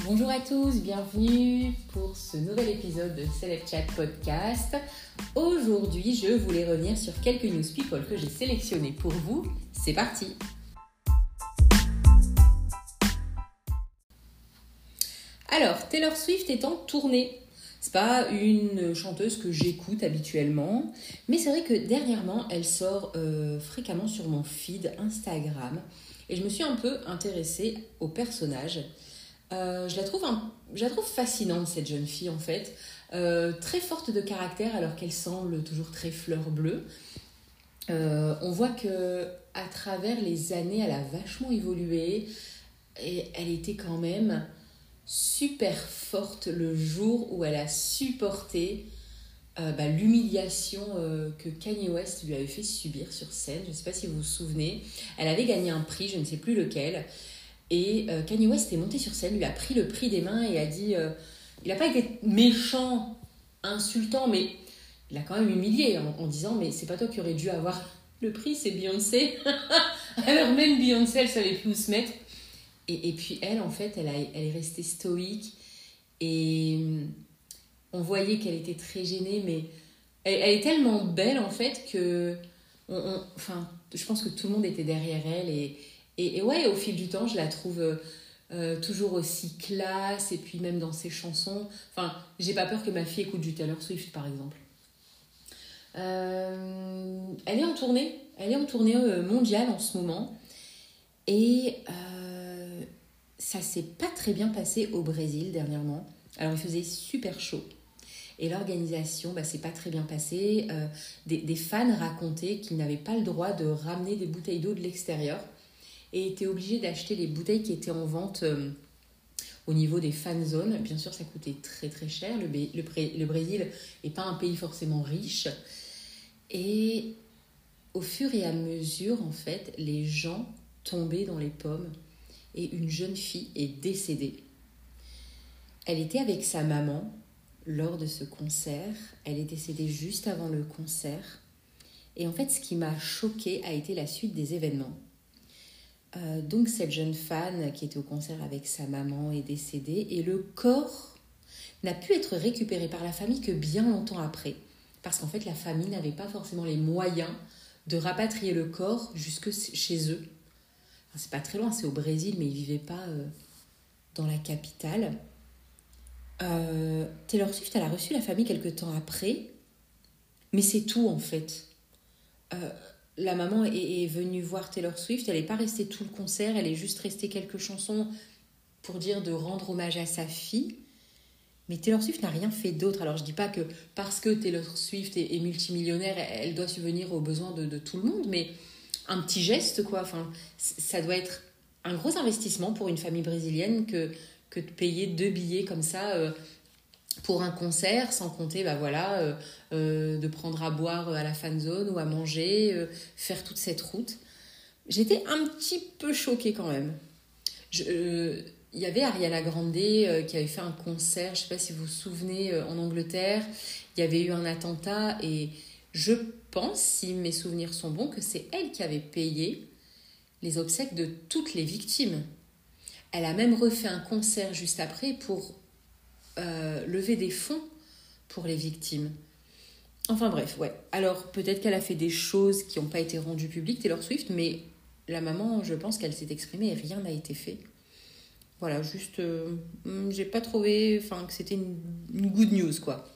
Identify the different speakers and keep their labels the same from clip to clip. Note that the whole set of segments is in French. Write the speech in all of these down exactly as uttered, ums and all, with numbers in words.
Speaker 1: Bonjour à tous, bienvenue pour ce nouvel épisode de Celeb Chat Podcast. Aujourd'hui, je voulais revenir sur quelques news people que j'ai sélectionnées pour vous. C'est parti! Alors, Taylor Swift est en tournée. C'est pas une chanteuse que j'écoute habituellement, mais c'est vrai que dernièrement, elle sort euh, fréquemment sur mon feed Instagram et je me suis un peu intéressée au personnage. Euh, je, la trouve un, je la trouve fascinante, cette jeune fille, en fait. Euh, très forte de caractère, alors qu'elle semble toujours très fleur bleue. Euh, on voit qu'à travers les années, elle a vachement évolué. Et elle était quand même super forte le jour où elle a supporté euh, bah, l'humiliation euh, que Kanye West lui avait fait subir sur scène. Je ne sais pas si vous vous souvenez. Elle avait gagné un prix, je ne sais plus lequel. Et euh, Kanye West est monté sur scène, lui a pris le prix des mains et a dit... Euh, il n'a pas été méchant, insultant, mais il a quand même humilié en, en disant « Mais c'est pas toi qui aurais dû avoir le prix, c'est Beyoncé. » Alors même Beyoncé, elle savait plus où se mettre. Et, et puis elle, en fait, elle, a, elle est restée stoïque. Et on voyait qu'elle était très gênée, mais elle, elle est tellement belle, en fait, que... On, on, enfin, je pense que tout le monde était derrière elle et... Et, et ouais, au fil du temps, je la trouve euh, toujours aussi classe. Et puis même dans ses chansons. Enfin, j'ai pas peur que ma fille écoute du Taylor Swift, par exemple. Euh, elle est en tournée. Elle est en tournée euh, mondiale en ce moment. Et euh, ça s'est pas très bien passé au Brésil dernièrement. Alors, il faisait super chaud. Et l'organisation, bah, c'est pas très bien passé. Euh, des, des fans racontaient qu'ils n'avaient pas le droit de ramener des bouteilles d'eau de l'extérieur. Et étaient obligés d'acheter les bouteilles qui étaient en vente euh, au niveau des fan zones. Bien sûr, ça coûtait très très cher. Le, le, le Brésil n'est pas un pays forcément riche. Et au fur et à mesure, en fait, les gens tombaient dans les pommes et une jeune fille est décédée. Elle était avec sa maman lors de ce concert. Elle est décédée juste avant le concert. Et en fait, ce qui m'a choquée a été la suite des événements. Euh, donc cette jeune fan qui était au concert avec sa maman est décédée et le corps n'a pu être récupéré par la famille que bien longtemps après, parce qu'en fait la famille n'avait pas forcément les moyens de rapatrier le corps jusque chez eux. Enfin, c'est pas très loin, c'est au Brésil, mais ils vivaient pas euh, dans la capitale. Euh, Taylor Swift, elle a reçu la famille quelques temps après, mais c'est tout en fait. Euh, La maman est, est venue voir Taylor Swift, elle n'est pas restée tout le concert, elle est juste restée quelques chansons pour dire de rendre hommage à sa fille. Mais Taylor Swift n'a rien fait d'autre. Alors je ne dis pas que parce que Taylor Swift est, est multimillionnaire, elle doit subvenir aux besoins de, de tout le monde, mais un petit geste, quoi. Enfin, ça doit être un gros investissement pour une famille brésilienne que, que de payer deux billets comme ça... Euh, pour un concert, sans compter bah voilà, euh, euh, de prendre à boire à la fan zone ou à manger, euh, faire toute cette route. J'étais un petit peu choquée quand même. Il euh, y avait Ariana Grande euh, qui avait fait un concert, je ne sais pas si vous vous souvenez, euh, en Angleterre. Il y avait eu un attentat et je pense, si mes souvenirs sont bons, que c'est elle qui avait payé les obsèques de toutes les victimes. Elle a même refait un concert juste après pour... Euh, lever des fonds pour les victimes. Enfin bref, ouais. Alors peut-être qu'elle a fait des choses qui n'ont pas été rendues publiques, Taylor Swift, mais la maman, je pense qu'elle s'est exprimée et rien n'a été fait. Voilà, juste, euh, j'ai pas trouvé, enfin, que c'était une, une good news, quoi.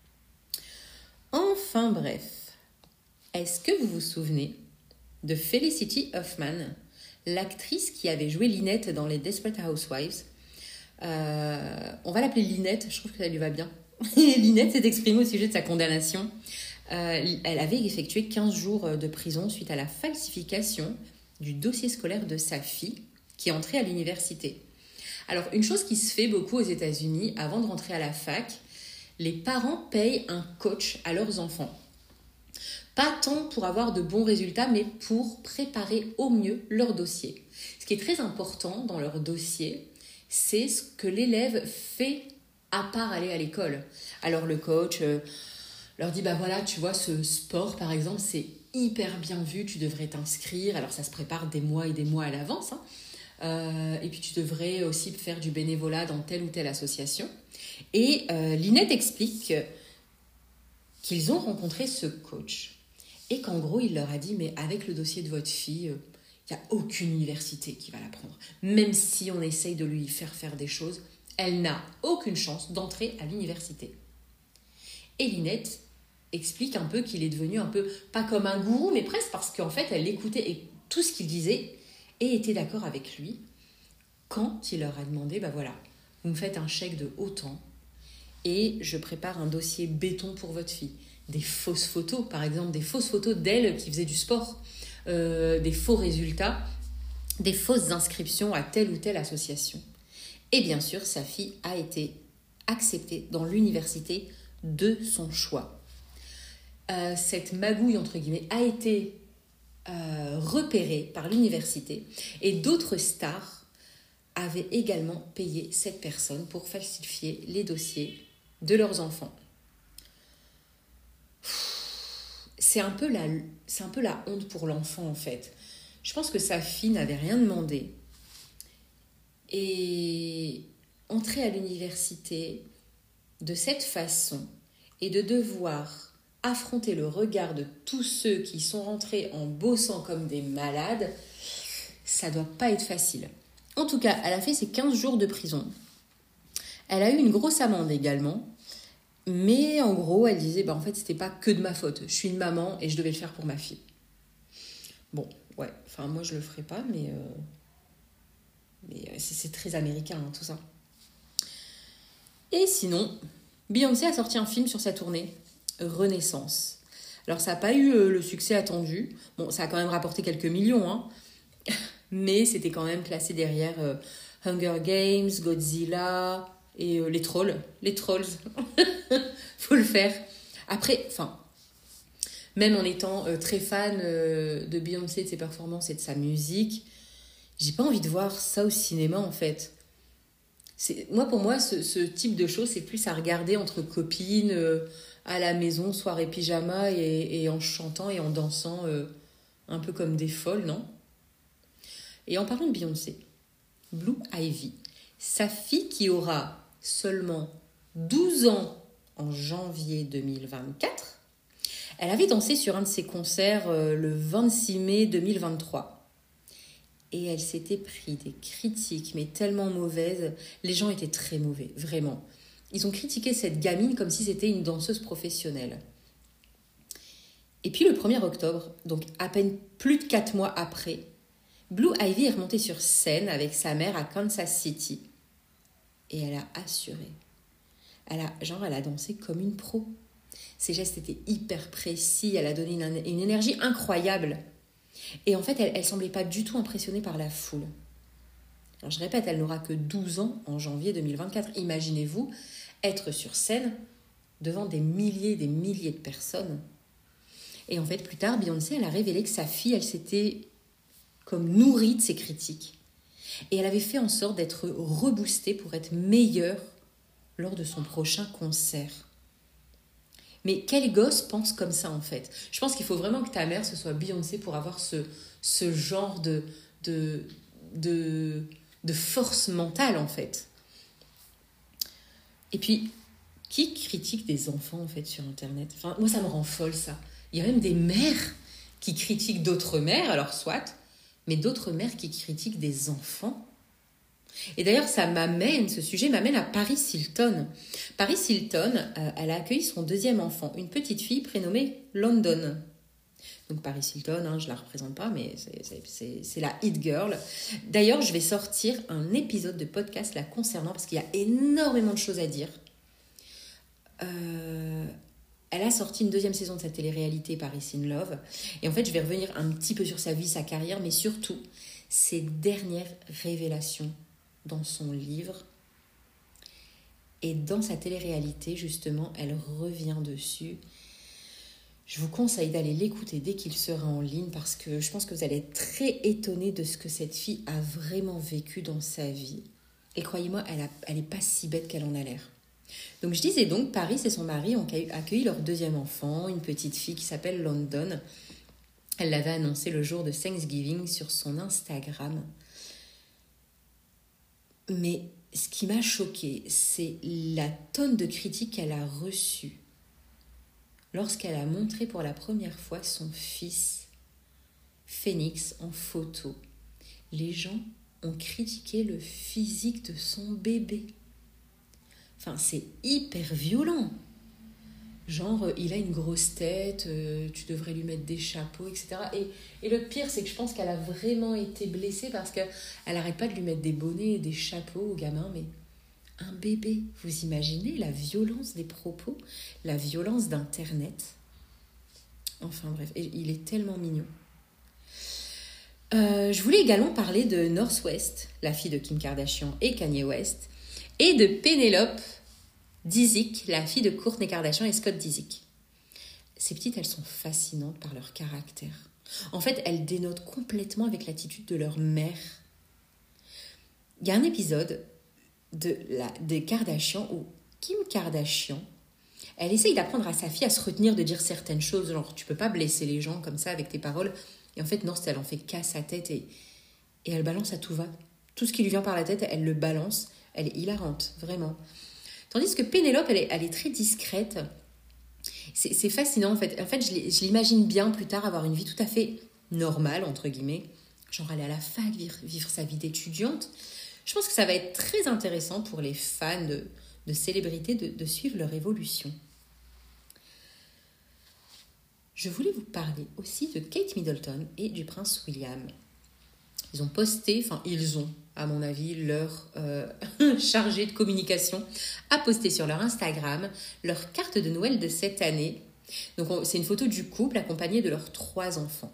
Speaker 1: Enfin bref, est-ce que vous vous souvenez de Felicity Huffman, l'actrice qui avait joué Lynette dans les Desperate Housewives? Euh, on va l'appeler Lynette, je trouve que ça lui va bien. Lynette s'est exprimée au sujet de sa condamnation. Euh, elle avait effectué quinze jours de prison suite à la falsification du dossier scolaire de sa fille qui est entrée à l'université. Alors, une chose qui se fait beaucoup aux États-Unis, avant de rentrer à la fac, les parents payent un coach à leurs enfants. Pas tant pour avoir de bons résultats, mais pour préparer au mieux leur dossier. Ce qui est très important dans leur dossier, c'est ce que l'élève fait à part aller à l'école. Alors le coach euh, leur dit, bah voilà, tu vois, ce sport par exemple, c'est hyper bien vu, tu devrais t'inscrire. Alors ça se prépare des mois et des mois à l'avance, hein. Euh, et puis tu devrais aussi faire du bénévolat dans telle ou telle association. Et euh, Lynette explique qu'ils ont rencontré ce coach et qu'en gros, il leur a dit, mais avec le dossier de votre fille, il euh, n'y a aucune université qui va la prendre. Même si on essaye de lui faire faire des choses, elle n'a aucune chance d'entrer à l'université. Et Lynette explique un peu qu'il est devenu un peu, pas comme un gourou, mais presque, parce qu'en fait, elle écoutait et tout ce qu'il disait et était d'accord avec lui quand il leur a demandé, bah voilà, vous me faites un chèque de autant et je prépare un dossier béton pour votre fille. Des fausses photos, par exemple, des fausses photos d'elle qui faisait du sport, euh, des faux résultats, des fausses inscriptions à telle ou telle association. Et bien sûr, sa fille a été acceptée dans l'université de son choix. Euh, cette magouille, entre guillemets, a été euh, repérée par l'université et d'autres stars avaient également payé cette personne pour falsifier les dossiers de leurs enfants. C'est un peu la, c'est un peu la honte pour l'enfant, en fait. Je pense que sa fille n'avait rien demandé. Et entrer à l'université de cette façon et de devoir affronter le regard de tous ceux qui sont rentrés en bossant comme des malades, ça doit pas être facile. En tout cas, elle a fait ses quinze jours de prison. Elle a eu une grosse amende également. Mais en gros, elle disait, bah en fait, c'était pas que de ma faute. Je suis une maman et je devais le faire pour ma fille. Bon, ouais, enfin, moi, je le ferai pas, mais, euh, mais c'est, c'est très américain, hein, tout ça. Et sinon, Beyoncé a sorti un film sur sa tournée, Renaissance. Alors, ça n'a pas eu euh, le succès attendu. Bon, ça a quand même rapporté quelques millions, hein. Mais c'était quand même classé derrière euh, Hunger Games, Godzilla et euh, les trolls. Les trolls. Faut le faire. Après, enfin, même en étant euh, très fan euh, de Beyoncé, de ses performances et de sa musique, j'ai pas envie de voir ça au cinéma, en fait. C'est, moi, pour moi, ce, ce type de choses, c'est plus à regarder entre copines, euh, à la maison, soirée pyjama, et, et en chantant et en dansant euh, un peu comme des folles, non? Et en parlant de Beyoncé, Blue Ivy, sa fille qui aura seulement douze ans en janvier deux mille vingt-quatre, elle avait dansé sur un de ses concerts euh, le vingt-six mai deux mille vingt-trois. Et elle s'était pris des critiques, mais tellement mauvaises. Les gens étaient très mauvais, vraiment. Ils ont critiqué cette gamine comme si c'était une danseuse professionnelle. Et puis le premier octobre, donc à peine plus de quatre mois après, Blue Ivy est remontée sur scène avec sa mère à Kansas City. Et elle a assuré. Elle a, genre, elle a dansé comme une pro. Ses gestes étaient hyper précis, elle a donné une, une énergie incroyable. Et en fait, elle ne semblait pas du tout impressionnée par la foule. Alors je répète, elle n'aura que douze ans en janvier deux mille vingt-quatre. Imaginez-vous être sur scène devant des milliers et des milliers de personnes. Et en fait, plus tard, Beyoncé, elle a révélé que sa fille, elle s'était comme nourrie de ses critiques. Et elle avait fait en sorte d'être reboostée pour être meilleure lors de son prochain concert. Mais quel gosse pense comme ça, en fait? Je pense qu'il faut vraiment que ta mère, ce soit Beyoncé pour avoir ce, ce genre de, de, de, de force mentale, en fait. Et puis, qui critique des enfants, en fait, sur Internet? Enfin, moi, ça me rend folle, ça. Il y a même des mères qui critiquent d'autres mères, alors soit, mais d'autres mères qui critiquent des enfants. Et d'ailleurs, ça m'amène, ce sujet m'amène à Paris Hilton. Paris Hilton, euh, elle a accueilli son deuxième enfant, une petite fille prénommée London. Donc Paris Hilton, hein, je ne la représente pas, mais c'est, c'est, c'est, c'est la hit girl. D'ailleurs, je vais sortir un épisode de podcast la concernant, parce qu'il y a énormément de choses à dire. Euh, elle a sorti une deuxième saison de sa télé-réalité Paris in Love. Et en fait, je vais revenir un petit peu sur sa vie, sa carrière, mais surtout ses dernières révélations dans son livre. Et dans sa télé-réalité, justement, elle revient dessus. Je vous conseille d'aller l'écouter dès qu'il sera en ligne parce que je pense que vous allez être très étonnés de ce que cette fille a vraiment vécu dans sa vie. Et croyez-moi, elle, a, elle est pas si bête qu'elle en a l'air. Donc je disais donc, Paris et son mari ont accueilli leur deuxième enfant, une petite fille qui s'appelle London. Elle l'avait annoncé le jour de Thanksgiving sur son Instagram. Mais ce qui m'a choquée, c'est la tonne de critiques qu'elle a reçues lorsqu'elle a montré pour la première fois son fils Phoenix en photo. Les gens ont critiqué le physique de son bébé. Enfin, c'est hyper violent. Genre, il a une grosse tête, euh, tu devrais lui mettre des chapeaux, et cetera. Et, et le pire, c'est que je pense qu'elle a vraiment été blessée parce qu'elle n'arrête pas de lui mettre des bonnets et des chapeaux au gamin. Mais un bébé, vous imaginez la violence des propos, la violence d'Internet. Enfin bref, et il est tellement mignon. Euh, je voulais également parler de North West, la fille de Kim Kardashian et Kanye West, et de Penelope Disick, la fille de Kourtney Kardashian et Scott Disick. Ces petites, elles sont fascinantes par leur caractère. En fait, elles dénotent complètement avec l'attitude de leur mère. Il y a un épisode de la, des Kardashian où Kim Kardashian, elle essaye d'apprendre à sa fille à se retenir de dire certaines choses, genre tu peux pas blesser les gens comme ça avec tes paroles. Et en fait, non, elle en fait qu'à sa tête et, et elle balance à tout va. Tout ce qui lui vient par la tête, elle le balance. Elle est hilarante, vraiment. Tandis que Pénélope, elle est, elle est très discrète. C'est, c'est fascinant, en fait. En fait, je, je l'imagine bien plus tard avoir une vie tout à fait normale, entre guillemets. Genre aller à la fac, vivre, vivre sa vie d'étudiante. Je pense que ça va être très intéressant pour les fans de, de célébrités de, de suivre leur évolution. Je voulais vous parler aussi de Kate Middleton et du prince William. Ils ont posté, enfin ils ont, à mon avis, leur euh, chargé de communication a posté sur leur Instagram leur carte de Noël de cette année. Donc on, c'est une photo du couple accompagné de leurs trois enfants.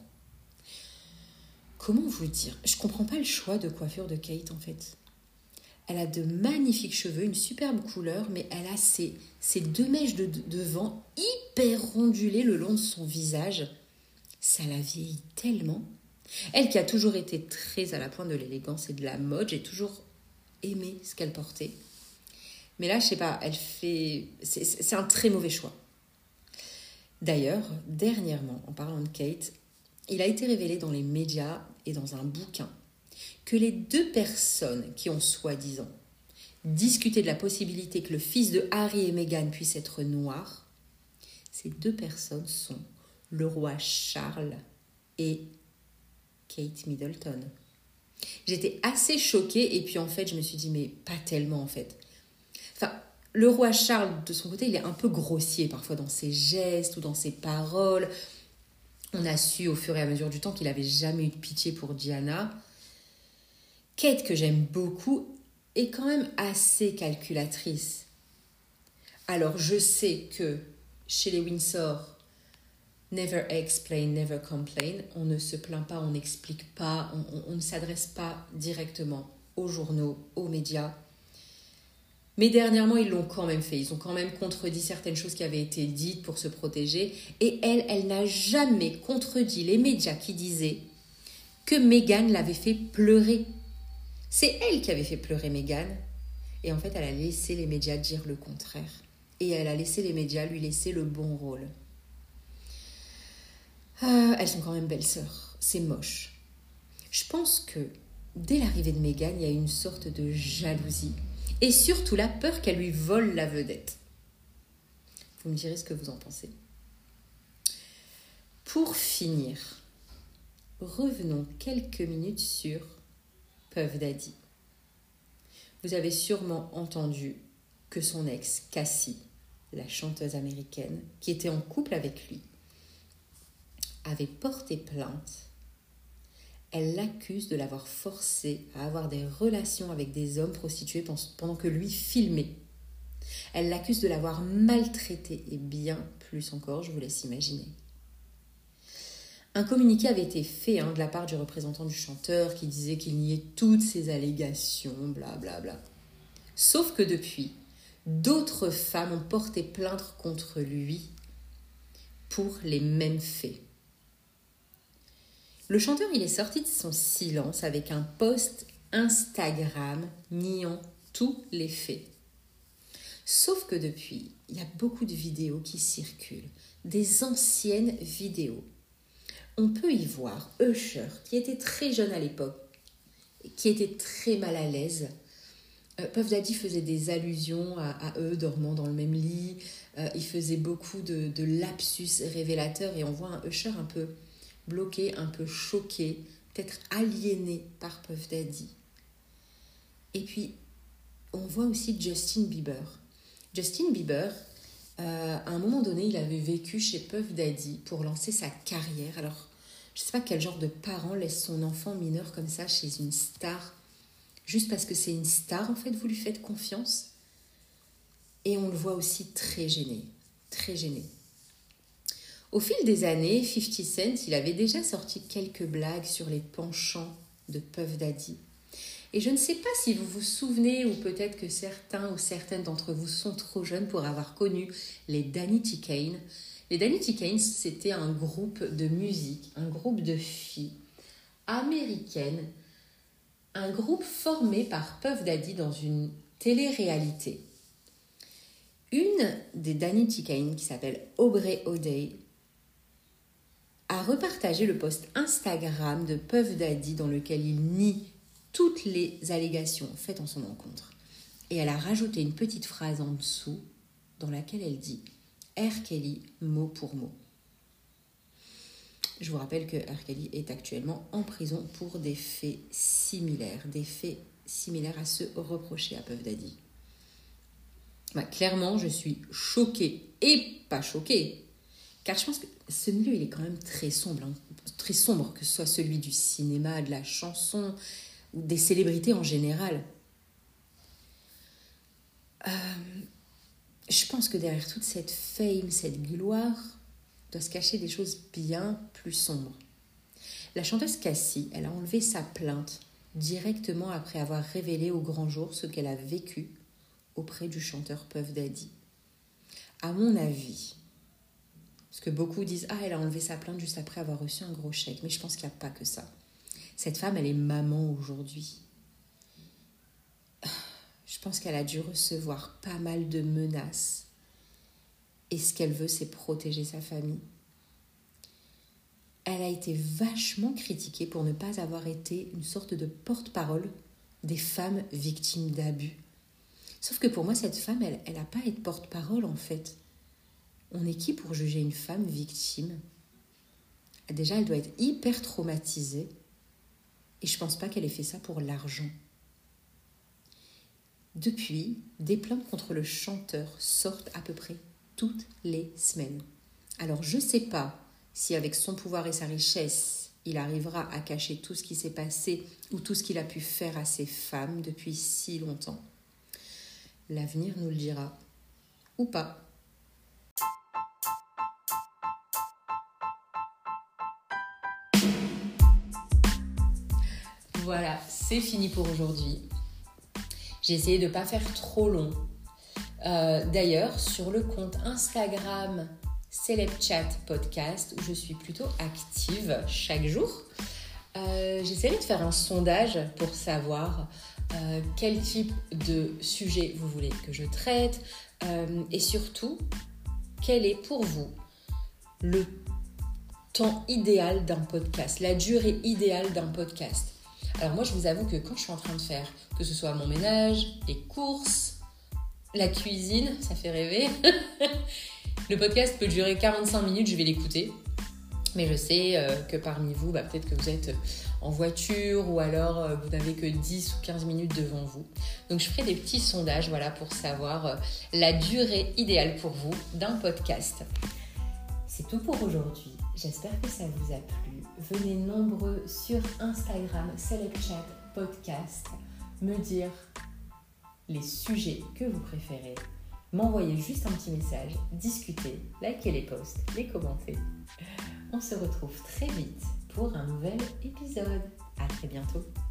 Speaker 1: Comment vous dire ? Je comprends pas le choix de coiffure de Kate en fait. Elle a de magnifiques cheveux, une superbe couleur, mais elle a ses, ses deux mèches de, de devant hyper rondulées le long de son visage. Ça la vieillit tellement. Elle qui a toujours été très à la pointe de l'élégance et de la mode, j'ai toujours aimé ce qu'elle portait. Mais là, je sais pas, elle fait... C'est, c'est un très mauvais choix. D'ailleurs, dernièrement, en parlant de Kate, il a été révélé dans les médias et dans un bouquin que les deux personnes qui ont soi-disant discuté de la possibilité que le fils de Harry et Meghan puisse être noir, ces deux personnes sont le roi Charles et Kate Middleton. J'étais assez choquée et puis en fait je me suis dit mais pas tellement en fait. Enfin, le roi Charles de son côté il est un peu grossier parfois dans ses gestes ou dans ses paroles. On a su au fur et à mesure du temps qu'il n'avait jamais eu de pitié pour Diana. Kate, que j'aime beaucoup, est quand même assez calculatrice. Alors, je sais que chez les Windsor, never explain, never complain, on ne se plaint pas, on n'explique pas, on, on, on ne s'adresse pas directement aux journaux, aux médias. Mais dernièrement, ils l'ont quand même fait. Ils ont quand même contredit certaines choses qui avaient été dites pour se protéger. Et elle, elle n'a jamais contredit les médias qui disaient que Meghan l'avait fait pleurer. C'est elle qui avait fait pleurer Meghan. Et en fait, elle a laissé les médias dire le contraire. Et elle a laissé les médias lui laisser le bon rôle. Euh, elles sont quand même belles sœurs. C'est moche. Je pense que dès l'arrivée de Meghan, il y a une sorte de jalousie. Et surtout la peur qu'elle lui vole la vedette. Vous me direz ce que vous en pensez. Pour finir, revenons quelques minutes sur Puff Daddy. Vous avez sûrement entendu que son ex, Cassie, la chanteuse américaine, qui était en couple avec lui, avait porté plainte. Elle l'accuse de l'avoir forcé à avoir des relations avec des hommes prostitués pendant que lui filmait. Elle l'accuse de l'avoir maltraité et bien plus encore, je vous laisse imaginer. Un communiqué avait été fait hein, de la part du représentant du chanteur qui disait qu'il niait toutes ces allégations, blablabla. Bla bla. Sauf que depuis, d'autres femmes ont porté plainte contre lui pour les mêmes faits. Le chanteur, il est sorti de son silence avec un post Instagram niant tous les faits. Sauf que depuis, il y a beaucoup de vidéos qui circulent, des anciennes vidéos. On peut y voir Usher, qui était très jeune à l'époque, qui était très mal à l'aise, Euh, Puff Daddy faisait des allusions à, à eux dormant dans le même lit. Euh, il faisait beaucoup de, de lapsus révélateurs et on voit un Usher un peu bloqué, un peu choqué, peut-être aliéné par Puff Daddy. Et puis, on voit aussi Justin Bieber. Justin Bieber, euh, à un moment donné, il avait vécu chez Puff Daddy pour lancer sa carrière. Alors, je ne sais pas quel genre de parent laisse son enfant mineur comme ça chez une star. Juste parce que c'est une star, en fait, vous lui faites confiance. Et on le voit aussi très gêné, très gêné. Au fil des années, fifty Cent, il avait déjà sorti quelques blagues sur les penchants de Puff Daddy. Et je ne sais pas si vous vous souvenez, ou peut-être que certains ou certaines d'entre vous sont trop jeunes pour avoir connu les Danity Kane. Les Danity Kane, c'était un groupe de musique, un groupe de filles américaines, un groupe formé par Puff Daddy dans une télé-réalité. Une des Danity Kane, qui s'appelle Aubrey O'Day, a repartagé le post Instagram de Puff Daddy dans lequel il nie toutes les allégations faites en son encontre. Et elle a rajouté une petite phrase en dessous dans laquelle elle dit « R. Kelly, mot pour mot ». Je vous rappelle que R. Kelly est actuellement en prison pour des faits similaires, des faits similaires à ceux reprochés à Puff Daddy. Bah, clairement, je suis choquée et pas choquée, car je pense que ce milieu, il est quand même très sombre, hein, très sombre, que ce soit celui du cinéma, de la chanson, ou des célébrités en général. Euh, je pense que derrière toute cette fame, cette gloire, doit se cacher des choses bien plus sombres. La chanteuse Cassie, elle a enlevé sa plainte directement après avoir révélé au grand jour ce qu'elle a vécu auprès du chanteur Puff Daddy. À mon avis, parce que beaucoup disent « Ah, elle a enlevé sa plainte juste après avoir reçu un gros chèque », mais je pense qu'il n'y a pas que ça. Cette femme, elle est maman aujourd'hui. Je pense qu'elle a dû recevoir pas mal de menaces. Et ce qu'elle veut, c'est protéger sa famille. Elle a été vachement critiquée pour ne pas avoir été une sorte de porte-parole des femmes victimes d'abus. Sauf que pour moi, cette femme, elle n'a pas à être porte-parole, en fait. On est qui pour juger une femme victime ? Déjà, elle doit être hyper traumatisée. Et je ne pense pas qu'elle ait fait ça pour l'argent. Depuis, des plaintes contre le chanteur sortent à peu près toutes les semaines. Alors, je ne sais pas si avec son pouvoir et sa richesse, il arrivera à cacher tout ce qui s'est passé ou tout ce qu'il a pu faire à ces femmes depuis si longtemps. L'avenir nous le dira. Ou pas. Voilà, c'est fini pour aujourd'hui. J'ai essayé de ne pas faire trop long. Euh, d'ailleurs, sur le compte Instagram CelebChat Podcast, où je suis plutôt active chaque jour, euh, j'essaierai de faire un sondage pour savoir euh, quel type de sujet vous voulez que je traite euh, et surtout, quel est pour vous le temps idéal d'un podcast, la durée idéale d'un podcast. Alors moi, je vous avoue que quand je suis en train de faire, que ce soit mon ménage, les courses, la cuisine, ça fait rêver. Le podcast peut durer quarante-cinq minutes, je vais l'écouter. Mais je sais euh, que parmi vous, bah, peut-être que vous êtes en voiture ou alors euh, vous n'avez que dix ou quinze minutes devant vous. Donc je ferai des petits sondages voilà, pour savoir euh, la durée idéale pour vous d'un podcast. C'est tout pour aujourd'hui. J'espère que ça vous a plu. Venez nombreux sur Instagram, CelebChat Podcast, me dire les sujets que vous préférez. M'envoyer juste un petit message, discuter, liker les posts, les commenter. On se retrouve très vite pour un nouvel épisode. À très bientôt.